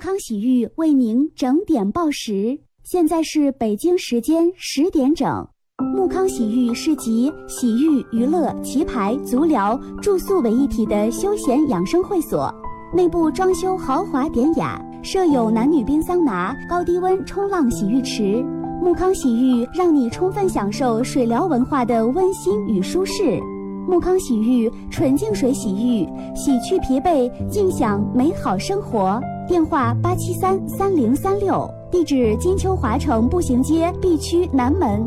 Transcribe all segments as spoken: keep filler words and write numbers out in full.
康洗浴为您整点报时，现在是北京时间十点整。木康洗浴是集洗浴、娱乐、棋牌、足疗、住宿为一体的休闲养生会所，内部装修豪华典雅，设有男女冰桑拿、高低温冲浪洗浴池。木康洗浴让你充分享受水疗文化的温馨与舒适。木康洗浴纯净水洗浴，洗去疲惫，尽享美好生活。电话八七三三零三六，地址金秋华城步行街 B 区南门。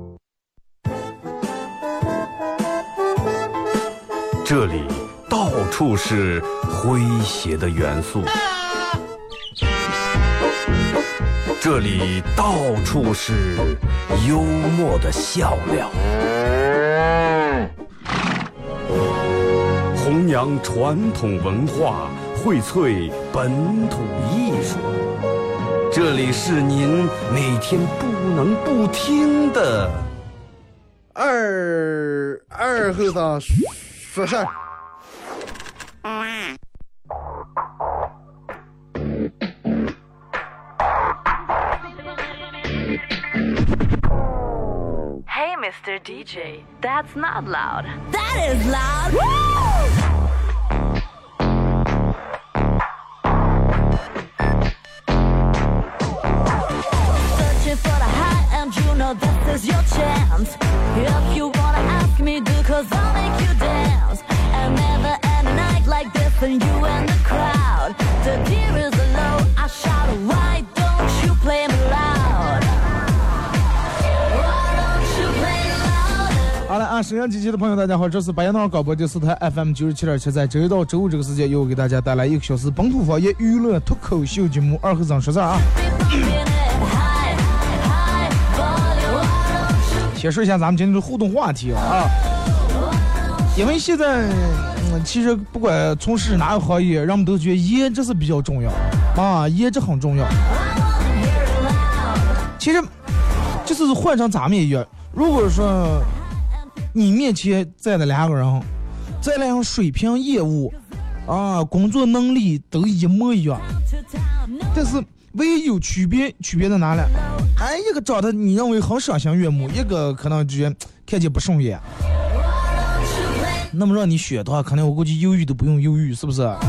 这里到处是诙谐的元素，这里到处是幽默的笑料。弘扬传统文化，荟萃本土艺术，这里是您每天不能不听的二二后生说事儿。 Hey, Mister D J, that's not loud. That is loud. Woo! Searching for the high and you know this is your chance. If you wanna ask me, do cause I'll make you dance. And never end a night like this and you and the crowd. The deer is low, I shout, why don't you play me loud?Why don't you play louder? 好了啊，沈阳机器的朋友大家好，这是白羊岛广播电视台 F M 九十七点七，在周一到周五这个时间又给大家带来一个小时本土方言娱乐脱口秀节目二和尚说事儿啊。先说一下咱们今天的互动话题啊，因为现在、嗯、其实不管从事哪个行业，人们都觉得颜值是比较重要啊，颜值很重要。其实就是换成咱们一样，如果说你面前站的两个人，这两样水平、业务啊、工作能力都一模一样，但是唯一有区别，区别在哪里？哎，一个长得你认为很赏心悦目，一个可能觉得看见不顺眼。那么让你选的话，可能我估计犹豫都不用犹豫，是不是？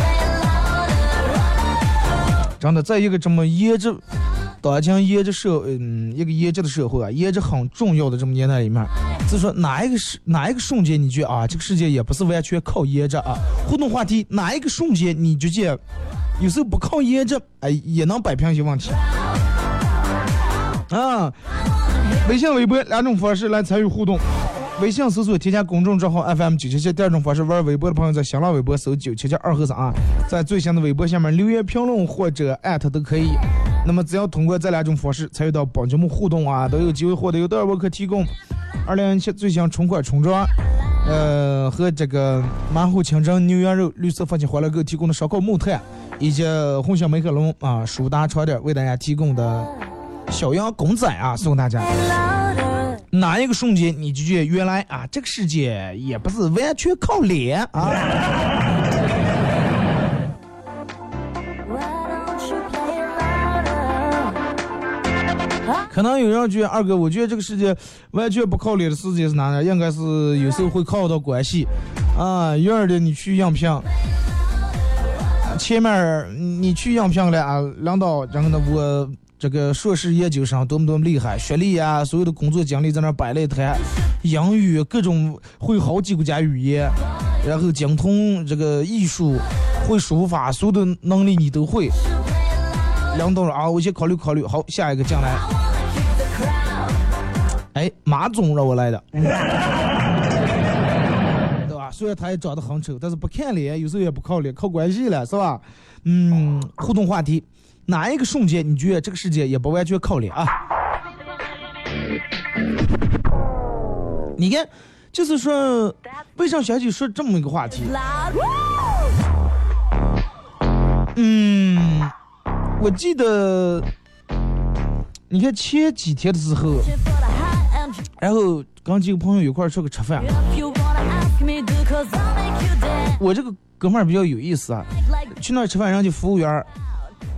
真的，在一个这么颜值，当今颜值社，嗯，一个颜值的社会啊，颜值很重要的这么年代里面，就是说哪一个是哪一个瞬间，你觉得啊，这个世界也不是完全靠颜值啊？互动话题，哪一个瞬间你就觉得有时候不靠颜值，哎，也能摆平一些问题啊？微信、微博两种方式来参与互动。微信搜索添加公众账号 F M 九七七，第二种方式玩微博的朋友在新浪微博搜九七七二和尚啊，在最新的微博下面留言评论或者艾特都可以。那么只要通过这两种方式参与到本节目互动啊，都有机会获得由德尔沃克提供二零一七最新春款春装，呃和这个马虎清蒸牛羊肉绿色放心欢乐购提供的烧烤木炭，以及红小美可龙啊舒达床垫为大家提供的小羊公仔啊送大家。哪一个瞬间你就觉得原来啊这个世界也不是完全靠脸啊？可能有人觉得二哥，我觉得这个世界完全不靠脸的世界是哪呢？应该是有时候会靠到关系啊。一二的你去应聘，前面你去应聘了啊，领导然后我这个硕士研究生多么多么厉害，学历啊，所有的工作经历在那摆了一台，英语各种会好几个家语言，然后精通这个艺术，会书法，所有的能力你都会。领导啊，我先考虑考虑，好，下一个进来。哎，马总让我来的，对吧？虽然他也长得很丑，但是不看脸，有时候也不靠脸，靠关系了，是吧？嗯，互动话题。哪一个瞬间你觉得这个世界也不完全靠脸啊？你看，就是说，为啥小姐说这么一个话题？嗯，我记得，你看前几天的时候，然后跟几个朋友一块儿出去吃饭，我这个哥们儿比较有意思啊，去那儿吃饭，人家服务员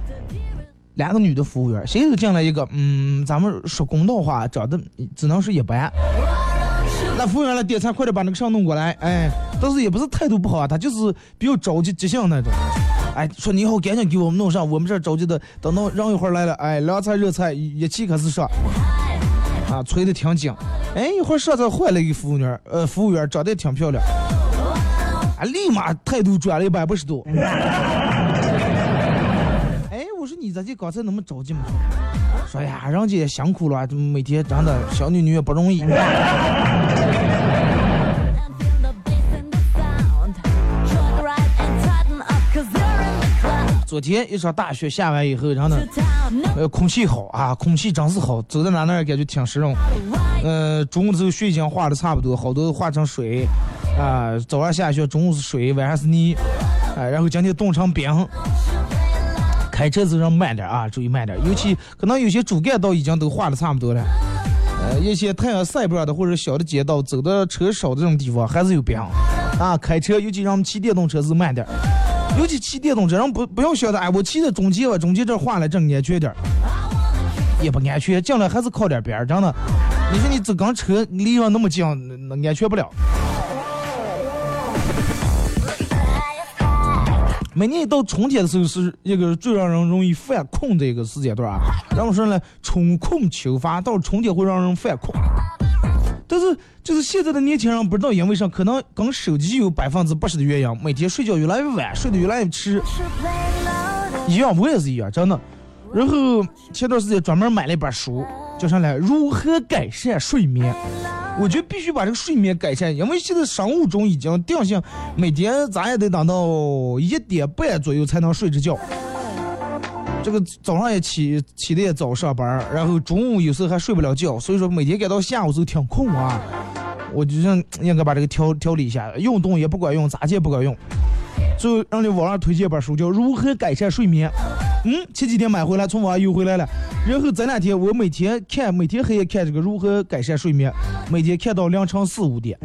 两个女的服务员，谁都进来一个，嗯，咱们说公道话，长得只能是一般。那服务员来点餐，快点把那个上弄过来，哎，但是也不是态度不好啊，他就是比较着急急性那种。哎，说你好，赶紧给我们弄上，我们这着急的，等到让一会儿来了，哎，凉菜热菜一气可是上，啊，催的挺紧。哎，一会儿上菜换了一个服务员，呃，服务员长得也挺漂亮，啊，立马态度转了一百八十度。哎，我说你咋这刚才那么着急吗？说呀，人家也辛苦了，每天真的小女女也不容易。昨天一场大雪下完以后，然后呢，呃，空气好啊，空气真是好，走到哪那儿感觉挺湿润。呃，中午的时候雪已经化的差不多，好多化成水，啊、呃，早上下雪，中午是水，晚上是泥，啊、呃，然后今天冻成冰。开车子上慢点啊，注意慢点，尤其可能有些主干道已经都化的差不多了，呃，一些太阳晒不上的或者小的街道，走的车少的这种地方还是有冰啊。开车，尤其让我们骑电动车是慢点。尤其骑电动车，人不不要晓得，哎，我骑在中间吧，中间这化了正安全点，也不安全，将来还是靠点边儿，真的。你说你这刚车离上那么近，那安全不了。每年一到春天的时候，是一个最让人容易犯困的一个时间段啊。然后说呢，春困秋乏，到春天会让人犯困。但是就是现在的年轻人不知道因为啥，可能跟手机有百分之八十的原因，每天睡觉越来越晚，睡得越来越迟，一样，我也是一样，真的。然后前段时间专门买了一本书，叫上来如何改善睡眠。我觉得必须把这个睡眠改善，因为现在生物钟已经定性，每天咱也得等到一点半左右才能睡着觉。这个早上也起起的也早上班，然后中午有时候还睡不了觉，所以说每天改到下午时候挺困啊。我就想应该把这个调调理一下，运动也不管用，咋也不管用。所以让你网上推荐本书叫《如何改善睡眠》。嗯，前几天买回来，从网上邮回来了。然后这两天我每天看，每天黑夜看这个如何改善睡眠，每天看到凌晨四五点，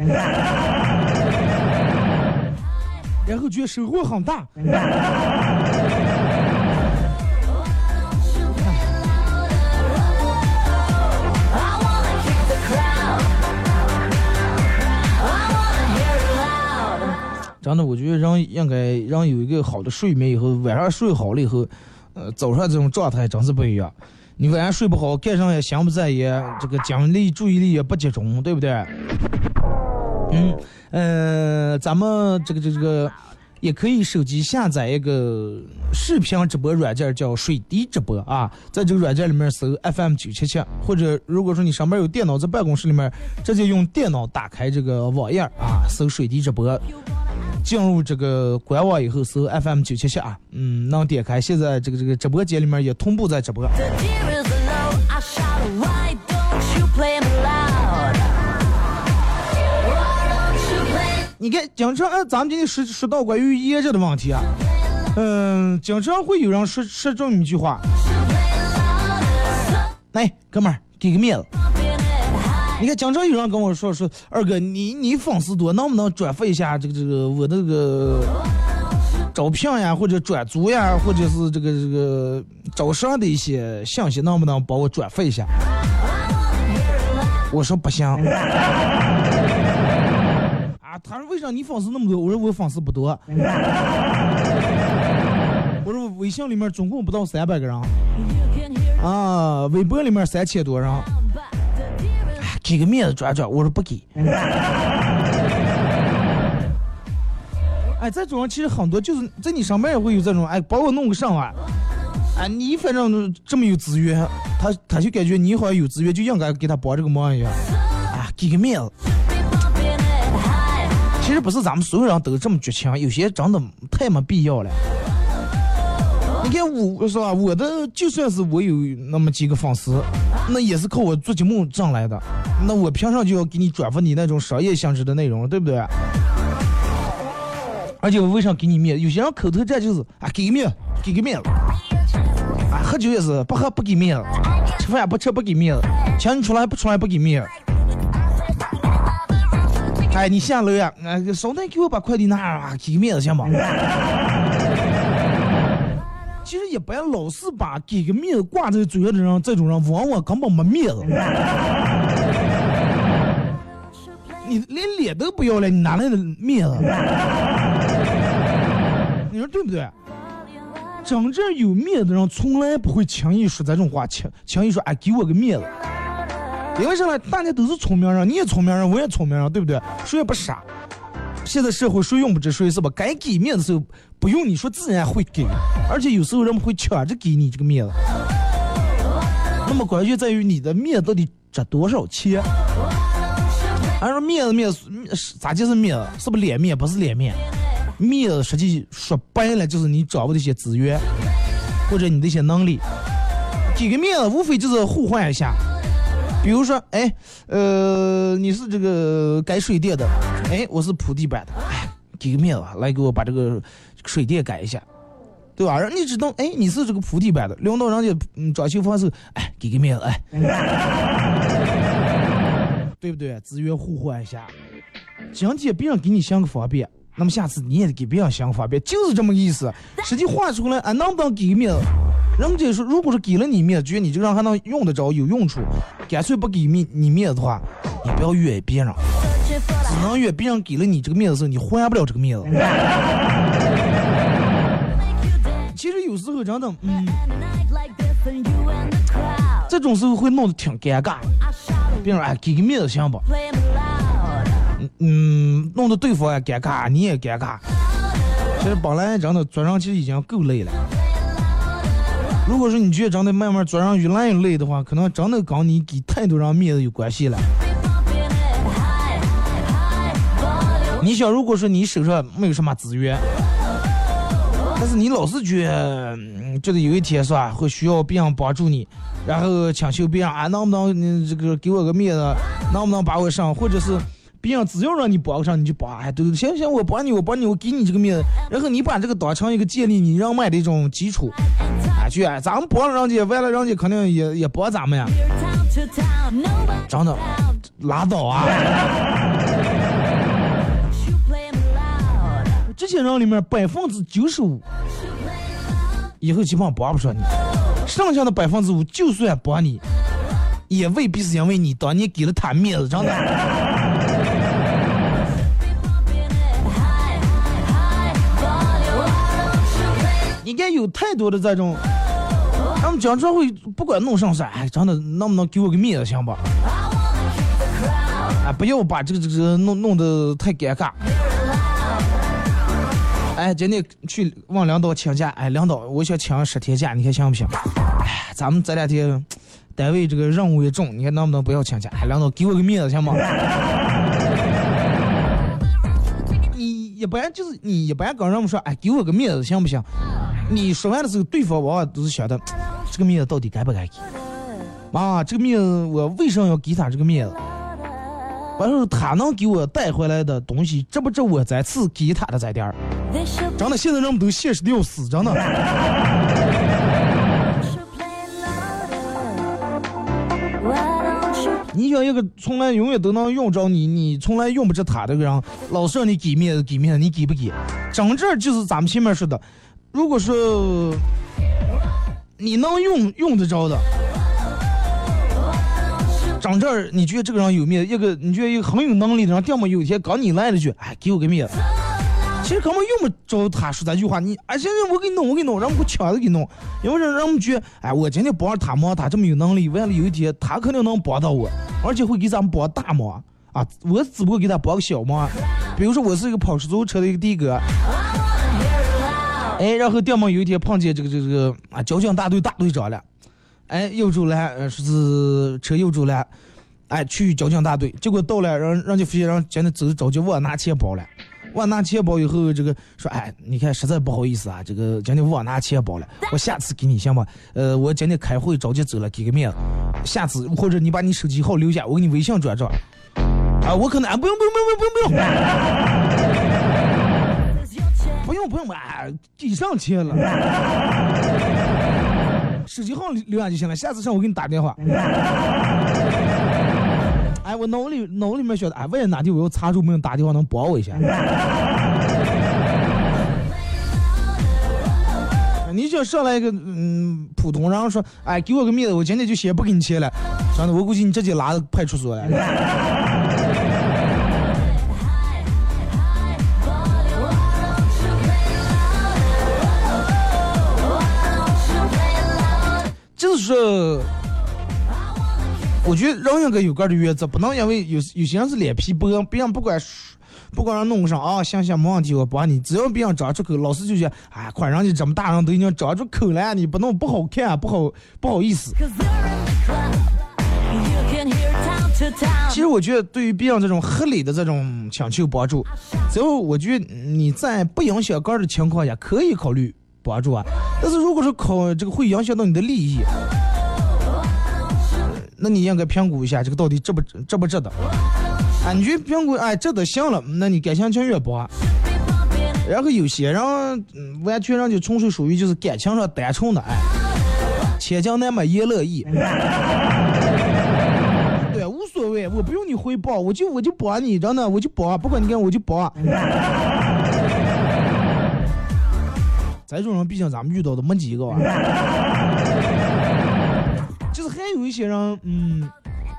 然后觉得收获很大。真的，我觉得人应该人有一个好的睡眠以后，晚上睡好了以后，呃，早上这种状态真是不一样。你晚上睡不好，干上也心不在焉，这个精力注意力也不集中，对不对？嗯，呃，咱们这个这个也可以手机下载一个视频直播软件，叫水滴直播啊，在这个软件里面搜 F M 九七七，或者如果说你上班有电脑，在办公室里面直接用电脑打开这个网页啊，搜水滴直播。进入这个官网以后搜 F M 九七七啊，嗯，能点开。现在这个这个直播间里面也同步在直播。你看，经常呃，咱们今天说说到关于炎热的问题啊，嗯，经常会有人说说这么一句话，来，哥们儿，给个面子。你看，经常有人跟我说说，二哥，你你粉丝多，能不能转发一下这个这个我的这个招聘呀，或者转租呀，或者是这个这个招商的一些信息，能不能帮我转发一下？我说不行。啊，他说为啥你粉丝那么多？我说我粉丝不多。我说我微信里面总共不到三百个人，啊，微博里面三千多人。给个面子转转，我说不给。哎，在这种其实很多，就是在你上班也会有这种，哎，帮我弄个上啊，哎，你反正这么有资源，他他就感觉你好像有资源，就应该给他帮这个忙一样，啊，给个面子。其实不是咱们所有人都这么绝情，有些真的太没必要了。你看我是吧，我的就算是我有那么几个粉丝，那也是靠我做节目挣来的，那我平常就要给你转发你那种商业性质的内容，对不对？而且我为啥给你面子？有些人口头战就是啊，给个面子，给个面子，啊，喝酒也是不喝不给面子，吃饭不吃不给面子，请你出来不出来不给面子。哎，你下楼呀，啊，稍等给我把快递拿啊，给个面子行吗？其实一般老是把给个面子挂在嘴上的人，这种人往往根本没面子。你连脸都不要了，你哪来的面子？你说对不对？真正有面子的人，从来不会轻易说这种话，轻轻易说哎给我个面子。因为啥呢？大家都是聪明人，你也聪明人，我也聪明人，对不对？谁也不傻。现在社会谁用不着谁是吧？该给面子的时候不用你说，自然会给，而且有时候人们会抢着给你这个面子。那么关键在于你的面子到底值多少钱？还说面子面子咋就是面子？是不是脸面？不是脸面，面子实际说白了就是你掌握的一些资源或者你的一些能力。给个面子无非就是互换一下。比如说，哎，呃，你是这个改水电的，哎，我是铺地板的，哎，给个面子，来给我把这个水电改一下，对吧？让你知道，哎，你是这个铺地板的，领导人家嗯装修方式，哎，给个面子，哎，对不对？资源互换一下，今天别人给你想个方便，那么下次你也得给别人想个方便，就是这么个意思。实际画出来，哎，能不能给个面子？人们就说，如果是给了你面子，觉得你这个人还能用得着有用处，干脆不给面你面子的话，你不要怨别人，只能怨别人给了你这个面子的时候，你还不了这个面子。其实有时候真的，嗯，这种时候会弄得挺尴尬。别人哎给个面子行不？嗯，弄得对方也尴尬，你也尴尬。其实本来真的做人其实已经够累了。如果说你觉得真的慢慢做上越来越累的话，可能真的跟你给太多人面子有关系了。你想，如果说你手上没有什么资源，但是你老是觉得嗯觉得有一天是吧，会需要别人帮助你，然后请求别人啊，能不能你这个给我个面子，能不能把我上，或者是别人只要让你帮上你就帮，哎，对对，行行，我帮你，我帮你，我给你这个面子，然后你把这个当成一个建立你人脉的一种基础。去，咱们帮了人家，完了人家肯定也也帮咱们呀。真的，拉倒啊！这些人里面百分之九十五，以后基本上帮不上你。剩下的百分之五，就算帮你，也未必是因为你当年给了他面子，真的。应该有太多的这种，他们经常会不管弄上啥，哎，真的能不能给我个面子行吧？哎，不要把这个这个弄弄得太尴尬。哎，今天去问领导请假，哎，领导，我想请十天假，你看行不行？哎，咱们这两天单位这个任务也重，你看能不能不要请假？哎，领导给我个面子行吗？你一般就是你一般跟人们说，哎，给我个面子行不行？你说完的时候，对方往往都是想的，这个面子到底该不该给？啊，这个面子我为什么要给他这个面子？完了，他能给我带回来的东西，这不这我再次给他的在点儿。真的，现在人们都现实的要死，真的。你想一个从来永远都能用着你，你从来用不着他这个人，老是让你给面子给面子，你给不给？整这就是咱们前面说的，如果说你能用用得着的，整这儿你觉得这个人有面子，一个你觉得一个很有能力的人，要么有一天刚你来了句，哎，给我个面子。其实根本用不着他说这句话，你哎，行行，我给你弄，我给你弄，让我给我抢着给你弄，因为让让我们觉得，哎，我今天帮着他忙，他这么有能力，完了有一天他肯定能帮到我，而且会给咱们帮大忙啊！我只不过给他帮个小忙，比如说我是一个跑出租车的一个的哥，哎，然后店门有一天碰见这个这个这个啊交警大队大队长了，哎，右转来，呃，说是车右转来，哎，去交警大队，结果到了，让让就发现让真的走着急忘拿钱包了。忘拿钱包以后，这个说，哎，你看实在不好意思啊，这个今天忘拿钱包了，我下次给你行吧？呃，我今天开会着急走了，给个面子，下次或者你把你手机号留下，我给你微信转账。啊，我可能啊，不用不用不用不用不用，不用不用啊，给上钱了，手机号留下就行了，下次上我给你打电话。哎，我脑里脑里面觉得，哎，万一哪天我要查住没有打电话，能帮我一下。 你想上来一个嗯普通人说，哎，给我个面子，我今天就先不给你钱了，真的，我估计你直接拉到派出所了。就是说，我觉得人应该有个的原则，不能因为有有些人是脸皮薄，别人不管不管人弄上啊，行行没问题，我帮你，只要别人张出口，老师就觉得，哎，快人家这么大人都已经张出口了，你不弄不好看，不好不好意思。其实我觉得，对于别人这种合理的这种请求帮助，只要我觉得你在不影响个人的情况下，可以考虑帮助啊。但是如果说考这个会影响到你的利益，那你应该评估一下这个到底值不值不值得。啊，你觉得评估哎值得行了，那你感情情愿帮。然后有些人、嗯、完全人就纯粹属于就是感情上单纯的哎，千金难买爷乐意。对，无所谓，我不用你回报，我就我就帮你，真的我就帮，不管你干我就帮。这种人毕竟咱们遇到的没几个啊。就是还有一些人，嗯，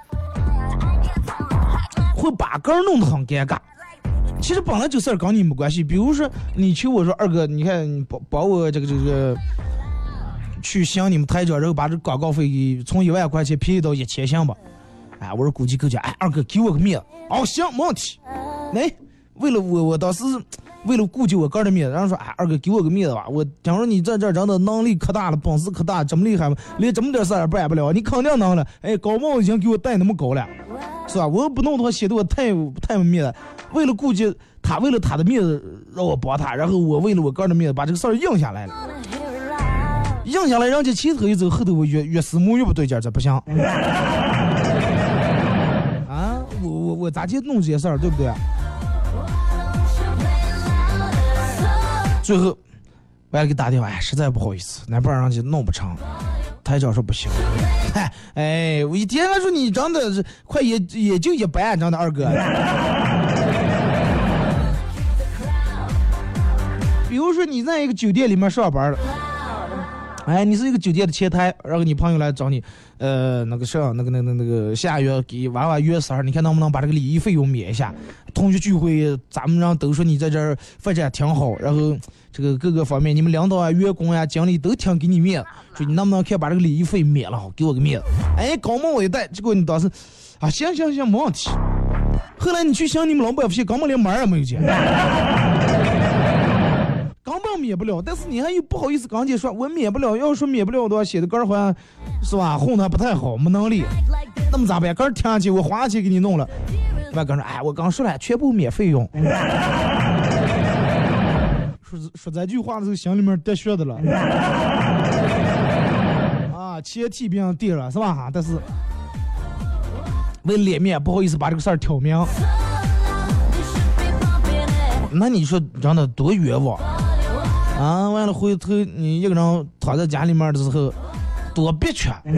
会把根儿弄得很尴尬。其实本来这事儿跟你没关系，比如说你求我说二哥，你看你帮帮我这个这个去向你们台长，然后把这广告费给从一万块钱便宜到一千行吧。哎，我说估计够讲，哎，二哥给我个面子，哦行，没问题。来，为了我我当时为了顾及我个人的面子，然后说，哎，二哥给我个面子吧，我假如你在这儿真的能力可大了，本事可大，这么厉害吗？连这么点事儿办不了，你肯定能了。哎，高帽已经给我戴那么高了，是吧？我不弄的话，显得我太太没面子。为了顾及他，为了他的面子让我帮他，然后我为了我个人的面子把这个事儿应下来了。应下来，人家前头一走，后头我越越死木越不对劲，这不行。啊，我我我咋去弄这些事儿，对不对？最后我还给打电话，哎，实在不好意思，那不然人家弄不成。台长说不行，哎哎，我一天还说你真的是快也也就一百，真的二哥。比如说你在一个酒店里面上班了，哎，你是一个酒店的前台，然后你朋友来找你，呃，那个上那个那个那个下月给娃娃约三，你看能不能把这个礼仪费用免一下？同学聚会，咱们让都说你在这儿发展挺好，然后这个各个方面，你们领导啊、员工呀、啊、经理都挺给你面子，说你能不能可以把这个礼仪费免了，给我个面子？哎，高帽我一戴，结果你当时啊，行行行，没问题。后来你去想你们老板发现根本连门也没有见。根本免不了，但是你还又不好意思跟人家说，我免不了。要说免不了的话，写的歌好像是吧，混的不太好，没能力。那么咋办？歌听上去，我花钱给你弄了。外哥说，哎，我刚说了，全部免费用。说说这句话的时候，心里面得血的了。啊，钱替别人垫了是吧？但是为了脸面，不好意思把这个事儿挑明。那你说真的多冤枉啊！完了回头你一个人躺在家里面的时候多憋屈啊！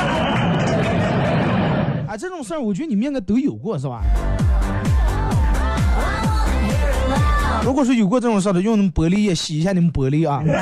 这种事儿我觉得你们应该都有过是吧？如果说有过这种事儿的，用你们玻璃液洗一下你们玻璃啊！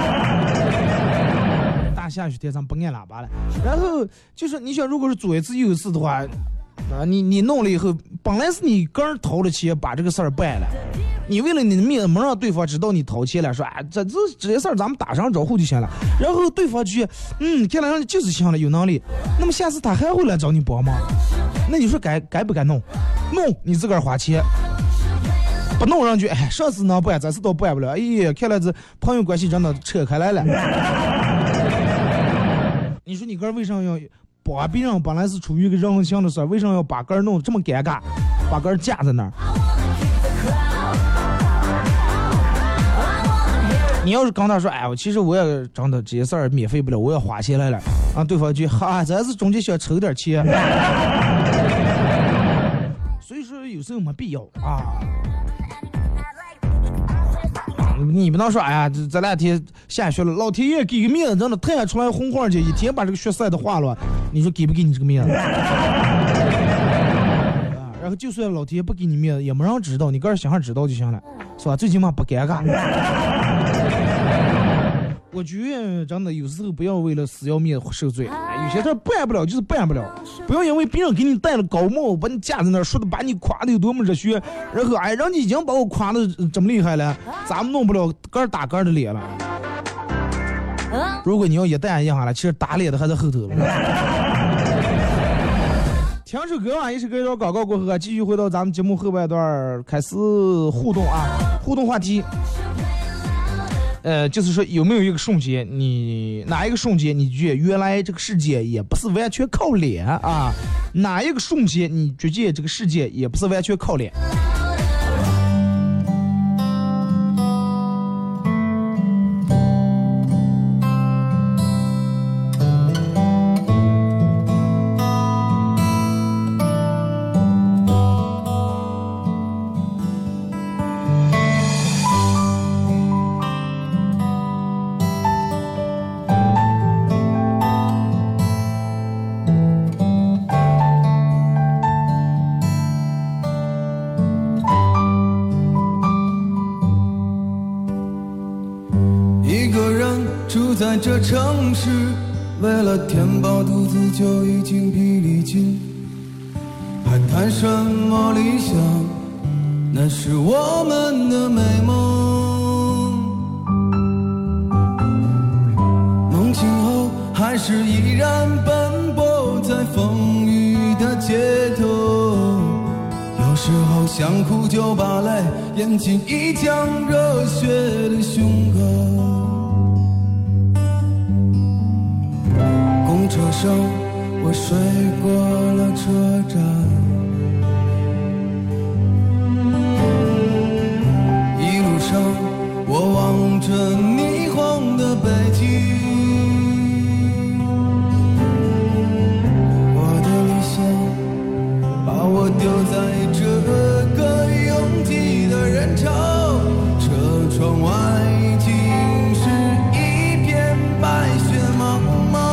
大下雨天上不按喇叭了。然后就是你想，如果是左一次右一次的话，啊，你你弄了以后，本来是你个人掏了钱把这个事儿办了。你为了你的面子没让对方知道你掏钱了，说哎，这这这些事儿咱们打声招呼就行了。然后对方就嗯，看来人就是行了，有能力。那么下次他还会来找你帮忙，那你说该该不该弄？弄你自个儿花钱，不弄上去，哎，上次能办，这次都办不了。哎呀，看来这朋友关系真的扯开来了。你说你个人为什么要帮别人？本来是出于一个人情的事儿，为什么要把个人弄得这么尴尬，把个人架在那儿？你要是跟他说，哎，我其实我也真的这些事儿免费不了，我要花钱来了啊！对方就哈，咱是中间想抽点钱，所以说有时候没必要啊。你不能说，哎呀，这这两天下雪了，老天爷给个面子，真的太阳出来红花去，一天把这个雪晒的化了，你说给不给你这个面子？然后就算老天爷不给你面子，也没人知道，你个人想想知道就行了，是吧？最起码不尴尬。 我觉得真的有时候不要为了死要面子受罪，哎，有些事办不了就是办不了，不要因为别人给你戴了高帽，把你架在那儿，说的把你夸的有多么热血，然后哎，人家已经把我夸的这么厉害了，咱们弄不了个打个的脸了。如果你要一旦硬下来，其实打脸的还在后头了。听首歌啊，一首歌一首广告过后啊，继续回到咱们节目后半段开始互动啊，互动话题。呃，就是说有没有一个瞬间，你哪一个瞬间你觉得原来这个世界也不是完全靠脸啊？哪一个瞬间你觉得这个世界也不是完全靠脸？ 在这城市，为了填饱肚子就已经疲力尽，还谈什么理想？那是我们的美梦。梦醒后还是依然奔波在风雨的街头，有时候想哭就把泪咽进一腔热血的胸口。公车上我睡过了车站，一路上我望着霓虹的北京，我的理想把我丢在这个拥挤的人潮，车窗外已经是一片白雪茫茫。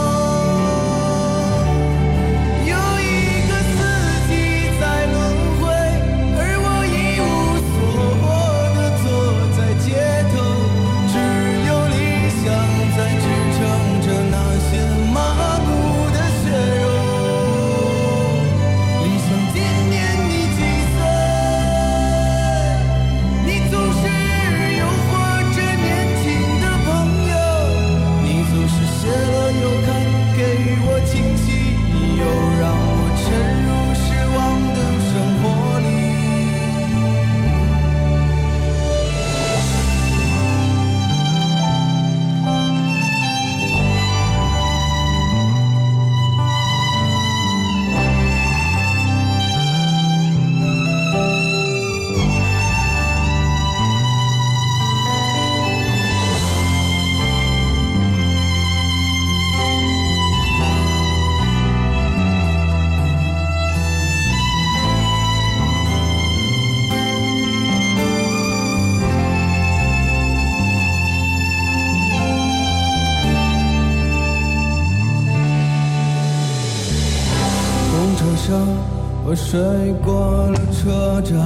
我睡过了车站，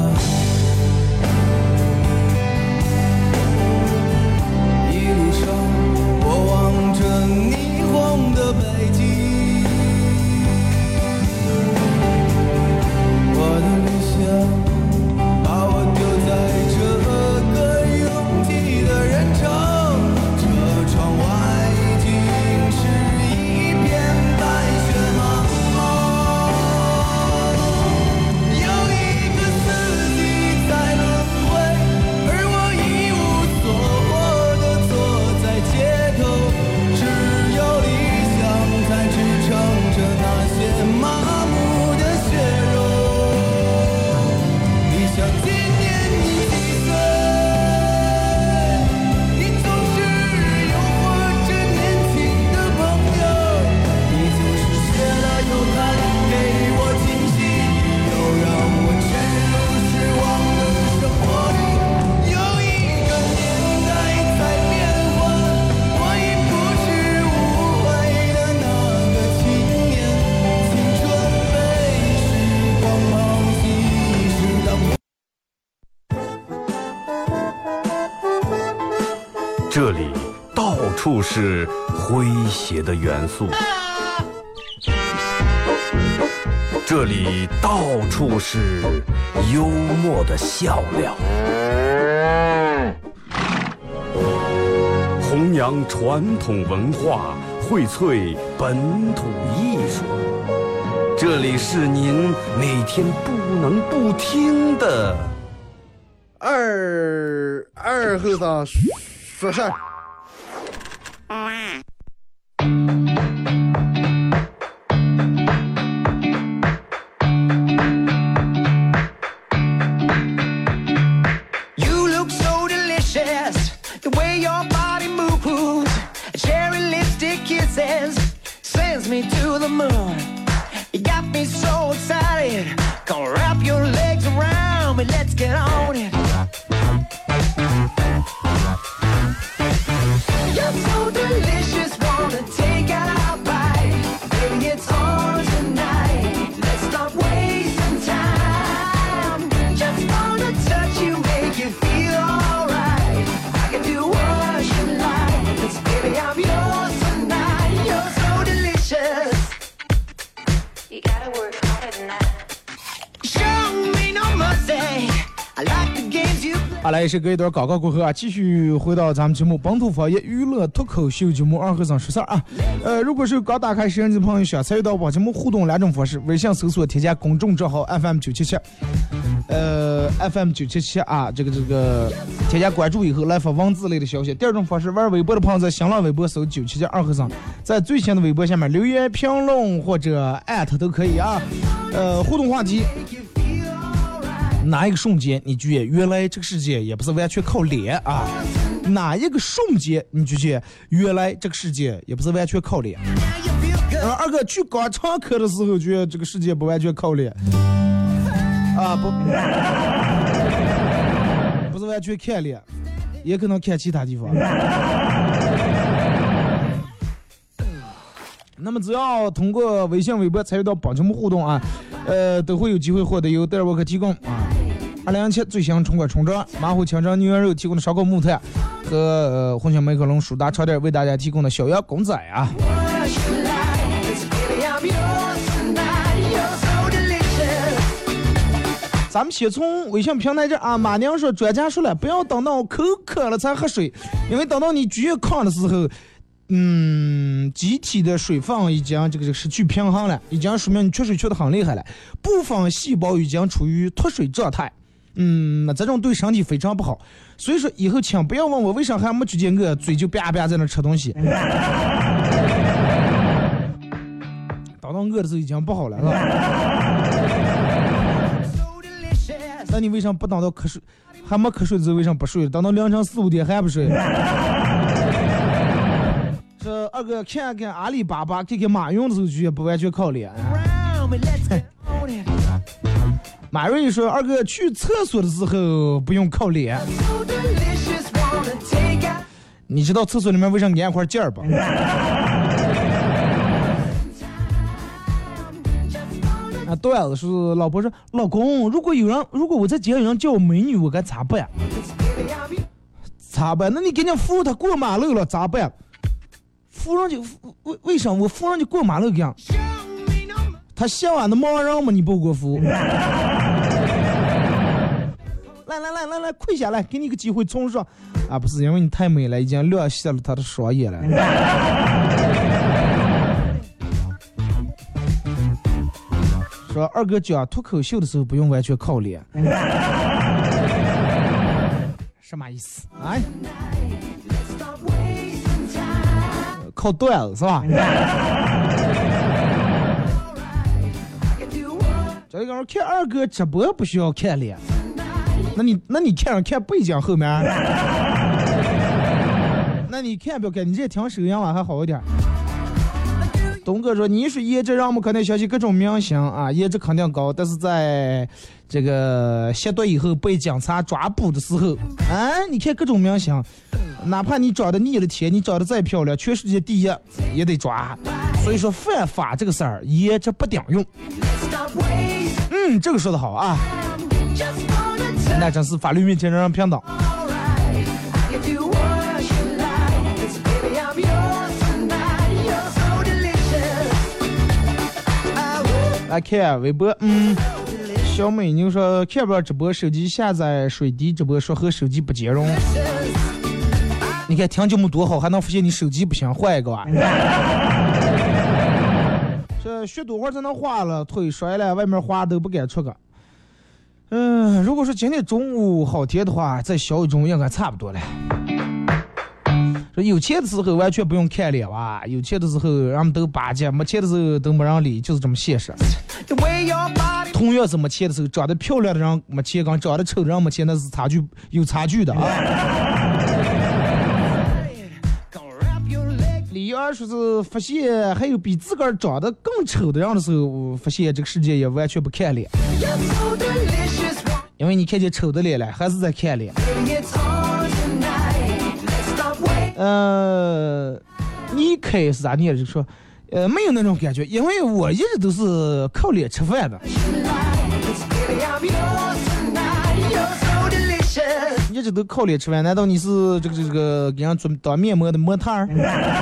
一路上我望着霓虹的北京，我的理想把我丢在这个拥挤的人潮，车窗外已经是一片白雪茫茫。 这里到处是诙谐的元素，这里到处是幽默的笑料，弘扬传统文化，荟萃本土艺术。这里是您每天不能不听的二二后生说事儿。 Me to the moon. You got me so excited. Come wrap your legs around me. Let's get on it. You're so delicious. Wanna take a bite. Baby, it's on tonight. Let's stop wasting time. Just wanna touch you, make you feel alright. I can do what you like. 'Cause baby, I'm yours tonight. You're so delicious. You gotta work harder than that. Show me no mercy. I like the games you play. 好，来是隔一段广告过后啊，继续回到咱们节目本土方言娱乐脱口秀节目二和尚说事儿啊。呃，如果是刚打开摄像机的朋友，想参与到本节目互动两种方式：微信搜索添加公众账号 F M 九七七，呃 F M 九七七啊，这个这个添加关注以后来发文字类的消息。第二种方式，玩微博的朋友在新浪微博搜九七七二和尚，在最新的微博下面留言评论或者艾特都可以啊。呃，互动话题。哪一个瞬间你觉得原来这个世界也不是完全靠脸啊？哪一个瞬间你就觉得原来这个世界也不是完全靠脸？然后二哥去搞唱课的时候觉得这个世界不完全靠脸啊，不，不是完全看脸，也可能看其他地方。那么只要通过微信微博参与到本节目互动啊，呃，都会有机会获得由德尔沃克提供啊二零一七最新春款冲装马虎强蒸牛羊肉提供的烧烤木炭和呃红星美可龙蜀大超店为大家提供的小羊公仔啊。咱们先从微信平台这啊，马娘说专家说了，不要等到口渴了才喝水，因为等到你绝抗的时候。嗯，机体的水分已经这个失去平衡了，已经说明你缺水缺的很厉害了，部分细胞已经处于脱水状态。嗯，那这种对身体非常不好，所以说以后请不要问我为啥还没去见我嘴就啪啪在那吃东西。等到饿的时候已经不好了，是吧？那你为啥不等到瞌睡还没瞌睡的时候为啥不睡？等到凌晨四五点还不睡？这二哥看看阿里巴巴，看看马云的时候也不完全靠脸。马瑞说二哥去厕所的时候不用靠脸。你知道厕所里面为啥安一块劲儿吧？啊，对了，是老婆说老公，如果有人，如果我在街上有人叫我美女，我该咋办？咋办？那你给人扶他过马路了，咋办？扶上去，为为啥我扶上去过马路样？他嫌俺的盲人吗？你不给我扶？来来来来来，跪下来，给你个机会冲上啊！不是因为你太美了，已经亮瞎了他的双眼了。说二哥讲脱口秀的时候不用完全靠脸，什么意思啊？靠段子是吧？这个人看二哥直播不需要看脸，那你那你看上看背景后面，那你看不要看，你这听手样啊还好一点。东哥说你说颜值让我们可能相信各种明星啊，颜值肯定高，但是在这个吸毒以后被警察抓捕的时候啊，你看各种明星，哪怕你长得腻了天，你长得再漂亮，全世界第一也得抓。所以说犯法这个事儿颜值不顶用。嗯，这个说得好啊，那真是法律面前人人平等。 来看微博，嗯，小美妞说看不了直播，手机下载水滴直播，说和手机不兼容。你看听节目多好，还能发现你手机不行，换一个啊。这学多会儿才能滑了，腿摔了，外面滑都不敢出个。嗯，如果说今天中午好天的话，再小雨中应该差不多了。说有钱的时候完全不用看脸哇，有钱的时候人们都巴结，没钱的时候都没人理，就是这么现实。同样是没钱的时候，长得漂亮的人没钱，跟长得丑的人没钱，那是差距有差距的啊。李二说是发现还有比自个儿长得更丑的人的时候，发现这个世界也完全不看脸，因为你看见丑的脸了，还是在看脸。呃，你开是啥？你也是说，呃，没有那种感觉，因为我一直都是靠脸吃饭的，一直都靠脸吃饭。难道你是这个这个给人做当面膜的模特儿？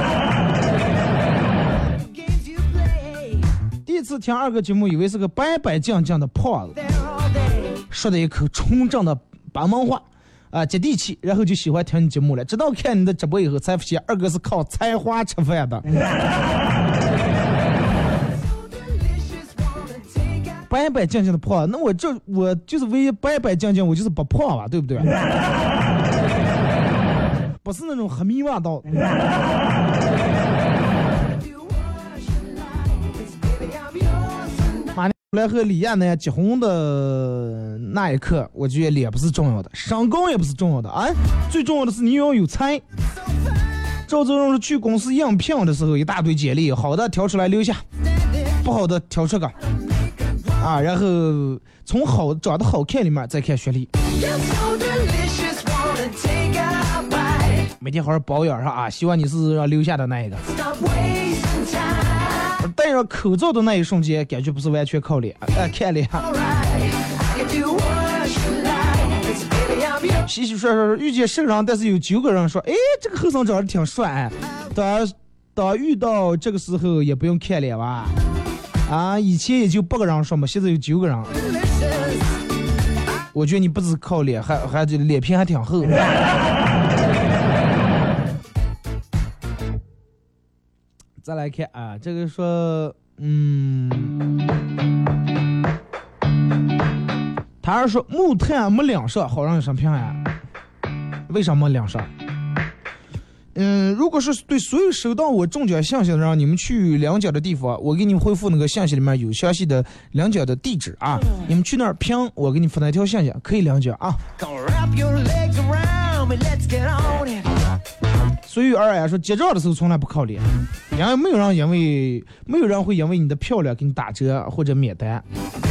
第一次听二哥节目，以为是个白白净净的胖子，说的一口纯正的白门话。啊，接地气，然后就喜欢听你节目了。直到看你的直播以后，才发现二哥是靠才华吃饭的。白白净净的胖，那我这我就是唯一白白净净，我就是不胖吧，对不对？不是那种黑迷惘道。来和李亚呢结婚的那一刻，我觉得脸不是重要的，身高也不是重要的啊，最重要的是你要有才。赵泽荣是去公司应聘的时候，一大堆简历，好的挑出来留下，不好的挑出个啊，然后从好长得好看里面再看学历。每天好好保养上啊，希望你是要留下的那一个。戴上口罩的那一瞬间，感觉不是完全靠脸，呃，看脸。稀稀疏疏遇见圣人，但是有九个人说，哎，这个后生长得挺帅。当当遇到这个时候也不用看脸吧？啊，以前也就八个人说嘛，现在有九个人。我觉得你不止靠脸，还还这脸皮还挺厚。再来看啊，这个说，嗯，他是说木炭没两色，好让你上平安。为什么两色？嗯，如果是对所有收到我中奖信息的人，你们去两角的地方，我给你们回复那个信息里面有详细的两角的地址啊，你们去那儿评，我给你发那条信息，可以两角啊。随遇而安说结账的时候从来不靠脸，因为没有人因为没有人会因为你的漂亮给你打折或者免单。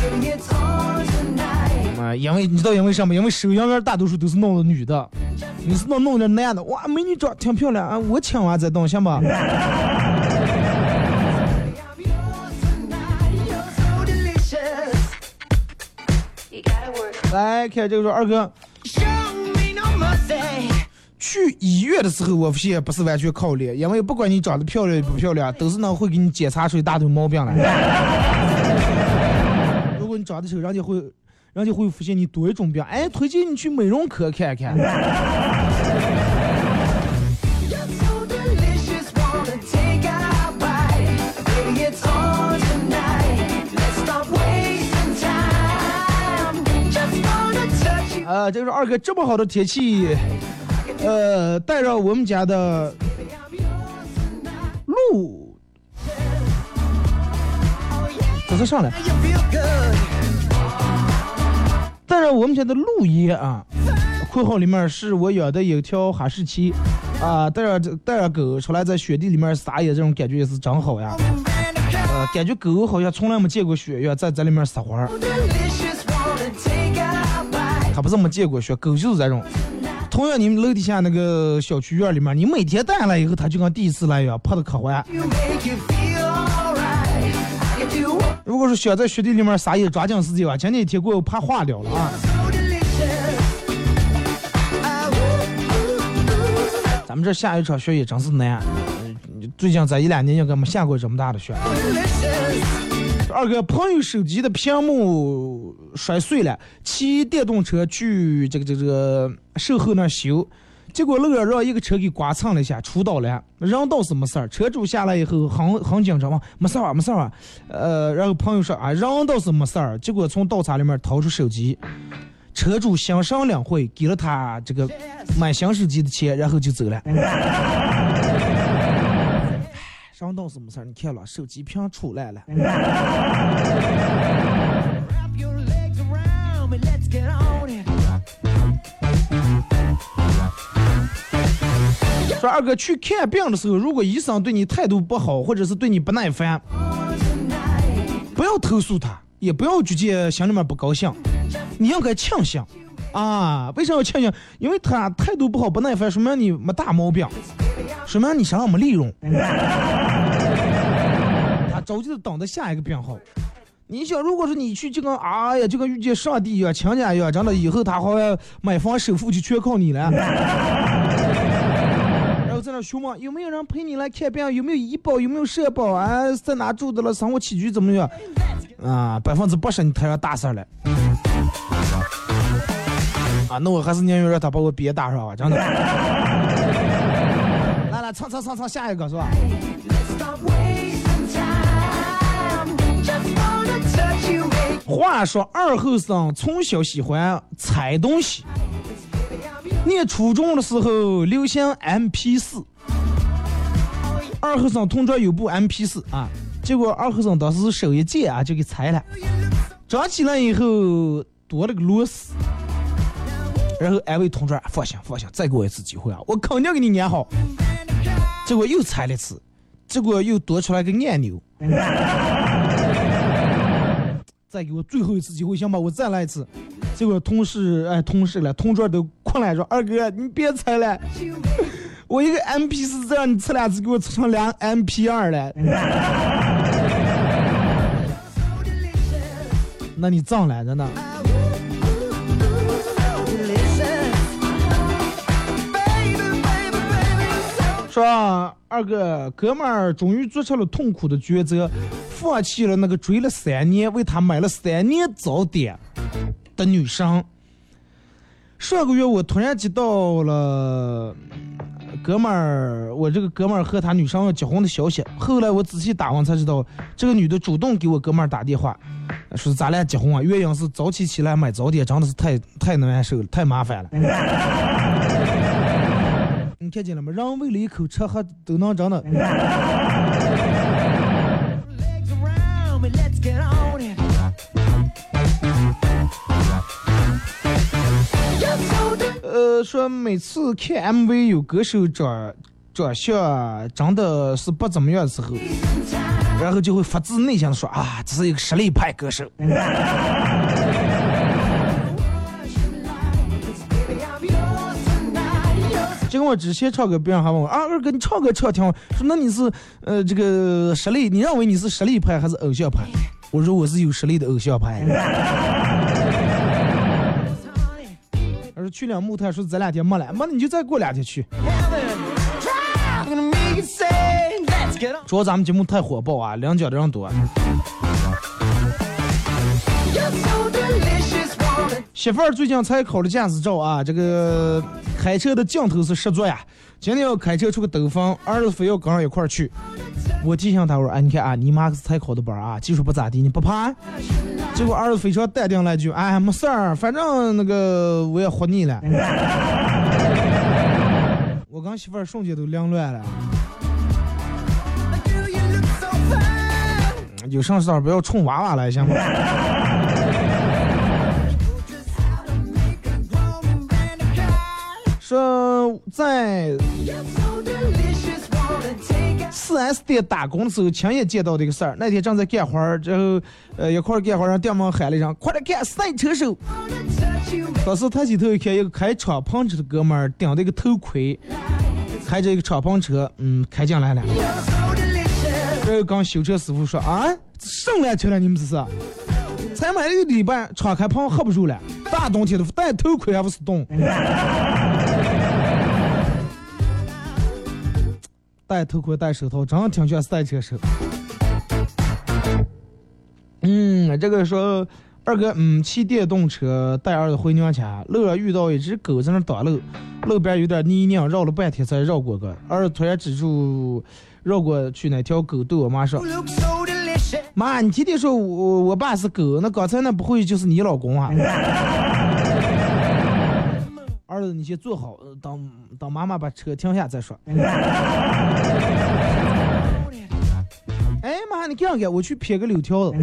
啊，因为你知道因为什么？因为收银员大多数都是弄的女的，你是弄弄的男的，哇，美女长挺漂亮啊，我请完再动行吧。来看这个说二哥。去医院的时候，我发现不是完全靠脸，因为不管你长得漂亮不漂亮，都是能会给你检查出一大堆毛病来。如果你长得丑，人家会，人家会发现你多一种病，哎，推荐你去美容科看看。啊，这个是二哥，这么好的天气。呃，带着我们家的鹿，这是上来，带着我们家的鹿爷啊，括号里面是我养的有条哈士奇啊，带着带着狗出来在雪地里面撒野，这种感觉也是真好呀。呃，感觉狗好像从来没见过雪一样，在在里面撒欢儿。他不是没见过雪，狗就是这种。同样，你们楼底下那个小区院里面，你每天带来以后，它就跟第一次来一样，泡的可欢。如果是想在雪地里面撒野抓紧时间吧，前几天给我怕化掉了啊。咱们这下一场雪也真是难，最近在一两年应该没下过这么大的雪。 二哥，朋友手机的屏幕摔碎了，骑电动车去这个这个这个售后那修，结果那个让一个车给刮蹭了一下，出倒了，人倒是没事儿。车主下来以后很很紧张嘛，没事儿啊，没事儿啊。呃，然后朋友说啊，人倒是没事儿，结果从倒车里面掏出手机，车主心生领会，给了他这个买新手机的钱，然后就走了。人倒是没事儿，你看了，手机屏出来了。说二哥去看病的时候，如果医生对你态度不好，或者是对你不耐烦，不要投诉他，也不要直接心里面不高兴，你应该庆幸啊！为什么要庆幸？因为他态度不好、不耐烦，说明你没大毛病，说明你身上没利润。他着急的等着下一个病号。你想，如果说你去这个，哎呀，这个遇见上帝呀、强家呀，真的以后他好像买房首付就全靠你了。在那说嘛，有没有人陪你来看病？有没有医保？有没有社保？啊，在哪住的了？生活起居怎么样？啊，百分之八十你摊上大事了。啊，那我还是宁愿让他把我别打上吧，真的。来来，唱唱唱唱下一个是吧？话说二后生从小喜欢踩东西。念初中的时候流行 M P 四， 二后生同桌有部 M P 四 啊，结果二后生当时手一借啊就给拆了，长起来以后多了个螺丝，然后安慰同桌放心放心，再给我一次机会啊，我肯定给你粘好。结果又拆了一次，结果又多出来个按钮，再给我最后一次机会，行吧，我再来一次。结果同事哎，同事了，同桌都困来说：“二哥，你别猜了，我一个 M P 四这样，你测两次给我测成两 M P 二了。”那你脏来着呢？说啊，二哥，哥们儿终于做出了痛苦的抉择，放弃了那个追了三年、为他买了三年早点的女生。上个月我突然接到了哥们儿，我这个哥们儿和他女生要结婚的消息。后来我仔细打问才知道，这个女的主动给我哥们儿打电话，说咱俩结婚啊，原因是早起起来买早点真的是太太难受了，太麻烦了。你看见了吗？人为了一口吃还都能真的。呃，说每次看 M V 有歌手长长相真的是不怎么样的时候，然后就会发自内心的说啊，这是一个实力派歌手。结果我之前唱歌，别人还问我啊，二哥你唱歌唱挺好，说那你是呃这个实力，你认为你是实力派还是偶像派？我说我是有实力的偶像派。而去两木炭说咱俩天没来，没你就再过两天去。主要咱们节目太火爆啊，两脚的人多。媳妇儿最近才考了驾驶照啊，这个开车的镜头是十足呀。今天要开车出个兜风，儿子非要跟上一块儿去。我提醒他我说，哎，你看啊，你妈是才考的班啊，技术不咋地，你不怕？结果儿子非常淡定来句，哎，没事儿，反正那个我也活腻了。我跟媳妇儿瞬间都凌乱了。有上事儿不要冲娃娃来行吗？说在四 S 店打工的时候，亲眼见到这个事儿。那天正在干活儿，之后呃一块儿干活儿，让店门喊了一声：“快点看赛车手！”当时抬起头一看，一个开敞篷车的哥们儿顶着一个头盔，开着一个敞篷车，嗯，开进来了。然后刚修车师傅说：“啊，上来车了，你们这是？才买了一个礼拜，敞开棚喝不住了，大冬天的戴头盔还不是冻。”戴头盔戴手套，真的挺像赛车手。 嗯，这个说二哥，嗯，骑电动车带儿子回娘家，路上遇到一只狗在那挡路，路边有点泥泞，绕了半天才绕过个。儿子突然指住绕过去那条狗，对我妈说：“妈，你天天说我我爸是狗，那刚才那不会就是你老公啊？”儿子，你先坐好，等等妈妈把车停下再说。哎妈，你这样给我去撇个柳条子。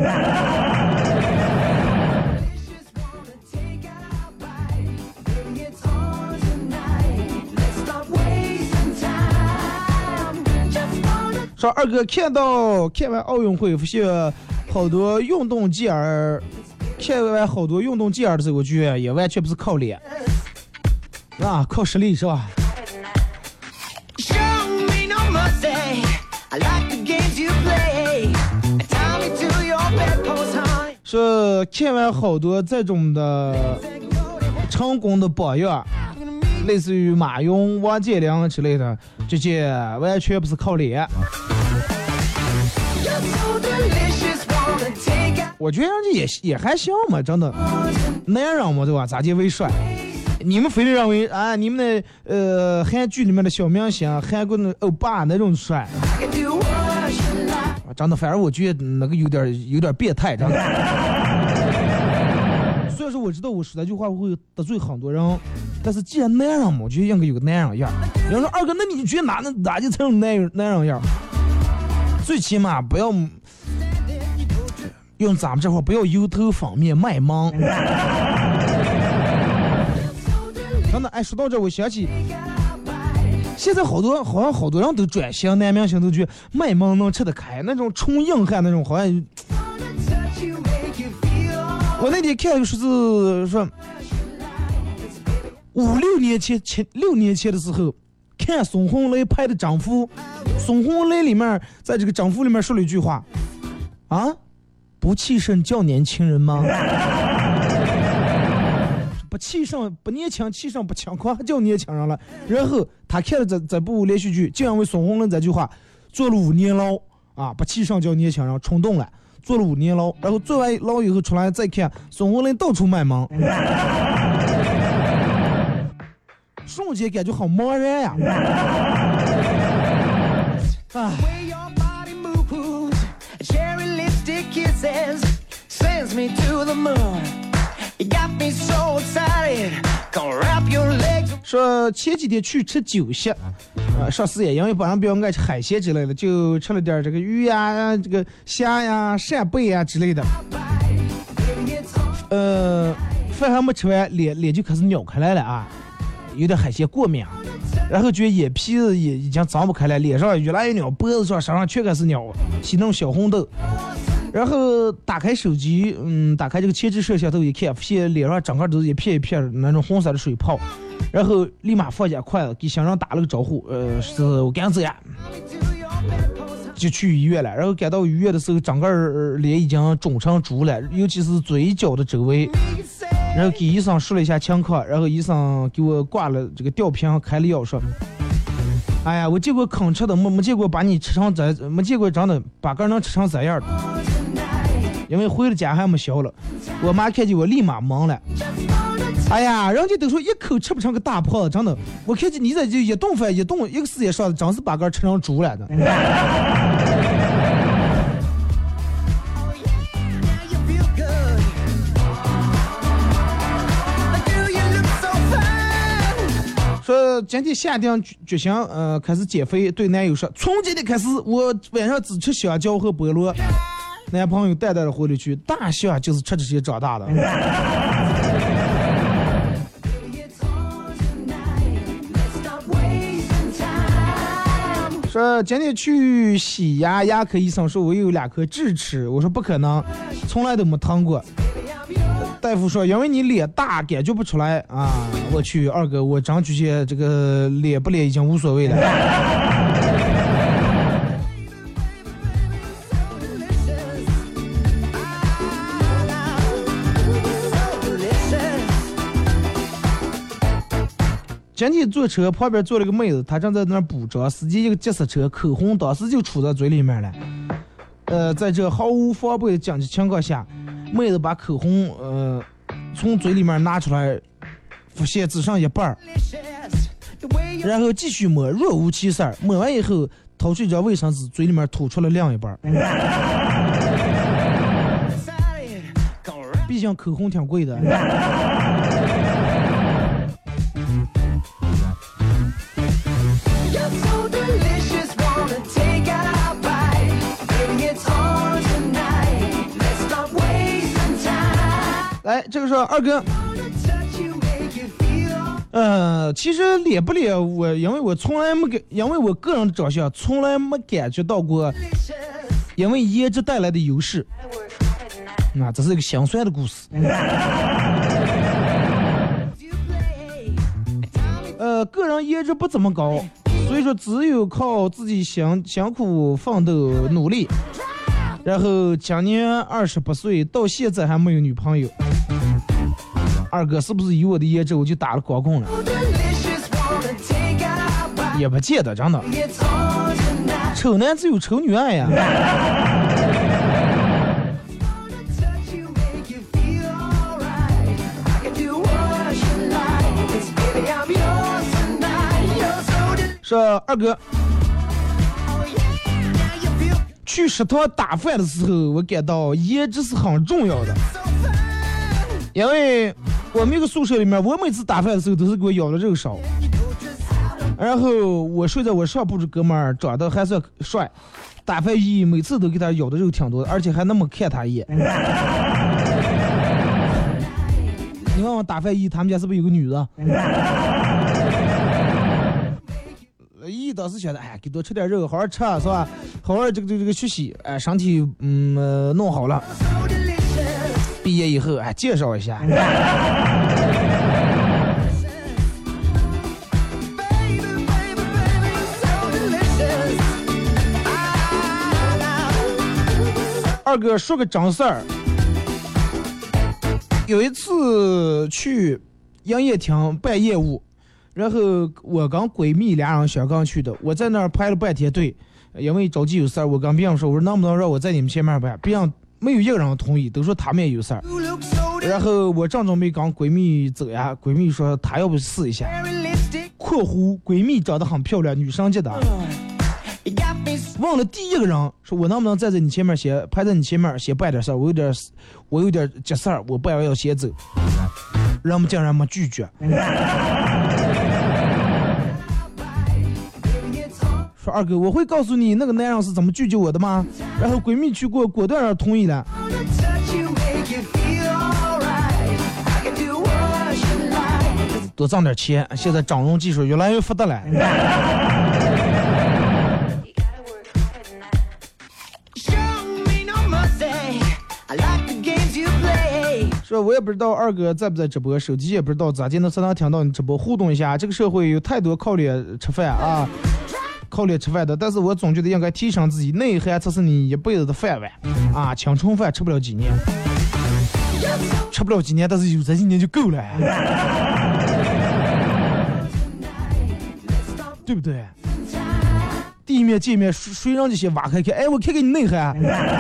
说二哥看到看完奥运会，发现好多运动健儿，看完好多运动健儿的时候，我觉得也完全不是靠脸，啊，靠实力是吧？说看完好多这种的成功的榜样，类似于马云、王健林之类的，这些完全不是靠脸。我觉得人家也也还行嘛，真的，男人嘛，对吧？咋地为帅？你们非得认为啊，你们的呃韩剧里面的小明星、韩国的欧巴那种帅，真的，反正我觉得那个有点有点变态，真的。虽然说我知道我说那句话会得罪很多人，但是既然男人嘛，我觉得应该有个男人样。有人说二哥，那你觉得哪哪就才有男人男人样？最起码不要用咱们这话，不要油头粉面卖萌。真的，哎，说到这我想起现在好多好像好多人都转型，男明星都觉得卖萌能吃得开，那种纯硬汉那种好像。我那天看了个数字说，五六年前前六年前的时候，看孙红雷拍的《丈夫》，孙红雷里面在这个《丈夫》里面说了一句话，啊，不气盛叫年轻人吗？不气盛不年轻，气盛不强狂还叫年轻人了。然后他看了这这部连续剧，就因为孙红雷这句话坐了五年牢啊，不气盛叫年轻人，冲动了，坐了五年牢。然后坐完牢以后出来再看孙红雷到处卖萌，瞬间感觉好茫然呀！啊。说前几天去吃酒席，呃，上司也因为本人比较爱吃海鲜之类的，就吃了点这个鱼呀、这个虾呀、扇贝呀之类的。呃，饭还没吃完，脸脸就开始扭开来了啊，有点海鲜过敏啊。然后觉得眼皮子也已经长不开了，脸上越来越扭，脖子上、身上全开始扭，起那种小红豆。然后打开手机，嗯，打开这个前置摄像头一看，发现脸上整个都是一片一片的那种红色的水泡，然后立马放下筷子，给乡长打了个招呼，呃，是我赶走呀，就去医院了。然后赶到医院的时候，整个脸已经肿成猪了，尤其是嘴角的周围。然后给医生说了一下情况，然后医生给我挂了这个吊瓶，开了药说。哎呀，我见过坑吃的，没没见过把你吃成这，没见过真的把个人能吃成这样的。因为回了家还没消了，我妈看见我立马懵了。哎呀，人家都说一口吃不成个大胖子，真的，我看见你这就一顿饭一顿一个时间上，真是把个吃成猪了的。说今天下定决心，呃，开始减肥，对男友说，从今天开始，我晚上只吃香蕉和菠萝。男朋友带带的回了去，大象就是吃这些长大的。说今天去洗牙，牙科医生说我有两颗智齿，我说不可能，从来都没疼过。大夫说因为你脸大感觉不出来啊。我去二哥，我真觉得这个脸不脸已经无所谓了。今天坐车旁边坐了个妹子，她正在那儿补妆，司机一个急刹车，口红当时就杵在嘴里面了。 呃，在这毫无防备的紧急情况下，妹子把口红呃从嘴里面拿出来，发现只剩一半儿，然后继续抹，若无其事。抹完以后，掏出一张卫生纸，嘴里面吐出了另一半儿。毕竟口红挺贵的。来，这个是二哥。呃，其实脸不脸，我因为我从来没感，因为我个人长相从来没感觉到过，因为颜值带来的优势。啊，这是一个心酸的故事。呃，个人颜值不怎么高，所以说只有靠自己辛辛苦奋斗努力。然后今年二十八岁，到现在还没有女朋友。二哥是不是以我的颜值我就打了光棍了？也不见得，真的。丑男只有丑女爱呀。说二哥，去食堂打饭的时候，我感到颜值是很重要的，因为我们一个宿舍里面，我每次打饭的时候都是给我舀了肉烧，然后我睡在我上铺这哥们儿长得还算帅，打饭一每次都给他舀的肉挺多的，而且还那么看他一眼。你问我打饭一他们家是不是有个女的？一当时觉得，哎，给多吃点肉，好好吃是吧？好好这个这个这个学习，哎，身体嗯、呃、弄好了。毕业以后，哎，介绍一下。二哥说个真事儿，有一次去营业厅办业务。然后我跟闺蜜俩人香港去的，我在那儿排了半天队，因为着急有事儿，我跟别人说，我说能不能让我在你们前面办，别人没有一个人同意，都说他们也有事儿。然后我正准备跟闺蜜走呀，闺蜜说她要不试一下，括弧闺蜜长得很漂亮，女生级的。问了第一个人，说我能不能站在你前面先排在你前面先办点事儿，我有点我有点急事儿，我办完要先走。人们竟然没拒绝。说二哥，我会告诉你那个男人是怎么拒绝我的吗？然后闺蜜去过，果断同意了。多挣点钱，现在整容技术越来越发达了。说我也不知道二哥在不在直播，手机也不知道咋就能才能听到你直播，互动一下。这个社会有太多靠脸吃饭啊，靠脸吃饭的，但是我总觉得应该提升自己，内涵才是你一辈子的饭碗啊！青春饭吃不了几年，吃不了几年，但是有这几年就够了，对不对？第一面见面，谁让这些挖开看？哎，我看看你内涵。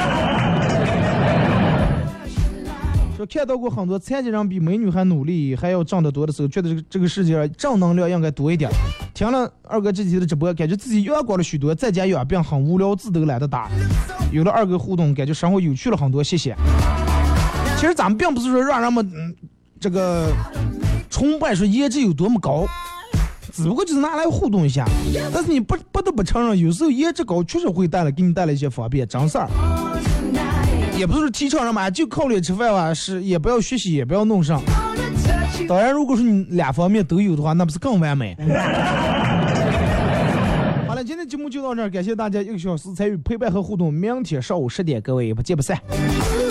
说看到过很多残疾人比美女还努力还要挣得多的时候，觉得这个这个世界上正能量应该多一点。听了二哥这几天的直播，感觉自己阳光了许多，在家养病很无聊，字都懒得打。有了二哥互动，感觉生活有趣了很多，谢谢。其实咱们并不是说让人们、嗯、这个崇拜说颜值有多么高，只不过就是拿来互动一下。但是你不不得不承认，有时候颜值高确实会带来给你带来一些方便，真事儿。也不是提倡什么就靠脸吃饭吧，是也不要学习，也不要弄上。当然，如果说你两方面都有的话，那不是更完美。好了，今天节目就到这儿，感谢大家一个小时参与陪伴和互动。明天上午十点，各位不见不散。